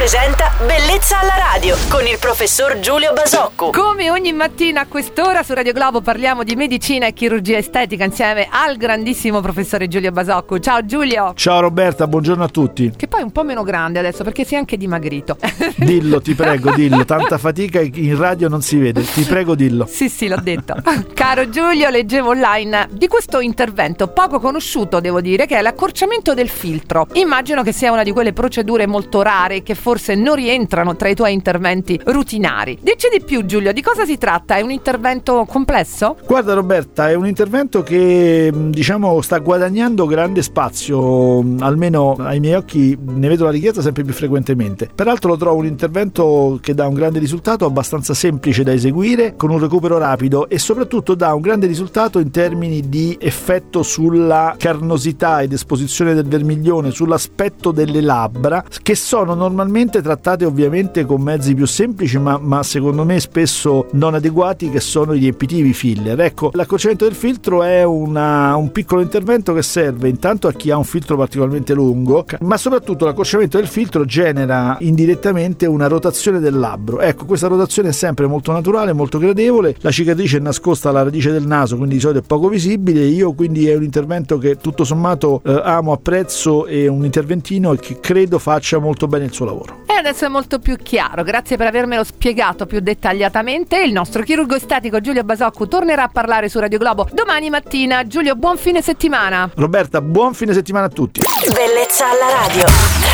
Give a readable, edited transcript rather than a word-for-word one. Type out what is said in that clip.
presenta Bellezza alla radio con il professor Giulio Basocco. Come ogni mattina a quest'ora su Radio Globo parliamo di medicina e chirurgia estetica insieme al grandissimo professore Giulio Basocco. Ciao Giulio. Ciao Roberta, buongiorno a tutti. Che poi è un po' meno grande adesso perché si è anche dimagrito. Dillo, ti prego, dillo. Tanta fatica in radio non si vede. Ti prego, dillo. Sì, l'ho detto. Caro Giulio, leggevo online di questo intervento poco conosciuto, devo dire, che è l'accorciamento del filtro. Immagino che sia una di quelle procedure molto rare che forse non rientrano tra i tuoi interventi rutinari. Dici di più, Giulio, di cosa si tratta? È un intervento complesso? Guarda Roberta, è un intervento che sta guadagnando grande spazio, almeno ai miei occhi ne vedo la richiesta sempre più frequentemente. Peraltro lo trovo un intervento che dà un grande risultato, abbastanza semplice da eseguire, con un recupero rapido e soprattutto dà un grande risultato in termini di effetto sulla carnosità ed esposizione del vermiglione, sull'aspetto delle labbra, che sono normalmente trattate ovviamente con mezzi più semplici ma secondo me spesso non adeguati, che sono i riempitivi filler. Ecco, l'accorciamento del filtro è un piccolo intervento che serve intanto a chi ha un filtro particolarmente lungo, ma soprattutto l'accorciamento del filtro genera indirettamente una rotazione del labbro. Ecco, questa rotazione è sempre molto naturale, molto gradevole. La cicatrice è nascosta alla radice del naso, quindi di solito è poco visibile. Io quindi è un intervento che tutto sommato amo, apprezzo, e un interventino che credo faccia molto bene il suo lavoro. E adesso è molto più chiaro, grazie per avermelo spiegato più dettagliatamente. Il nostro chirurgo estetico Giulio Basocco tornerà a parlare su Radio Globo domani mattina. Giulio, buon fine settimana. Roberta, buon fine settimana a tutti. Bellezza alla radio.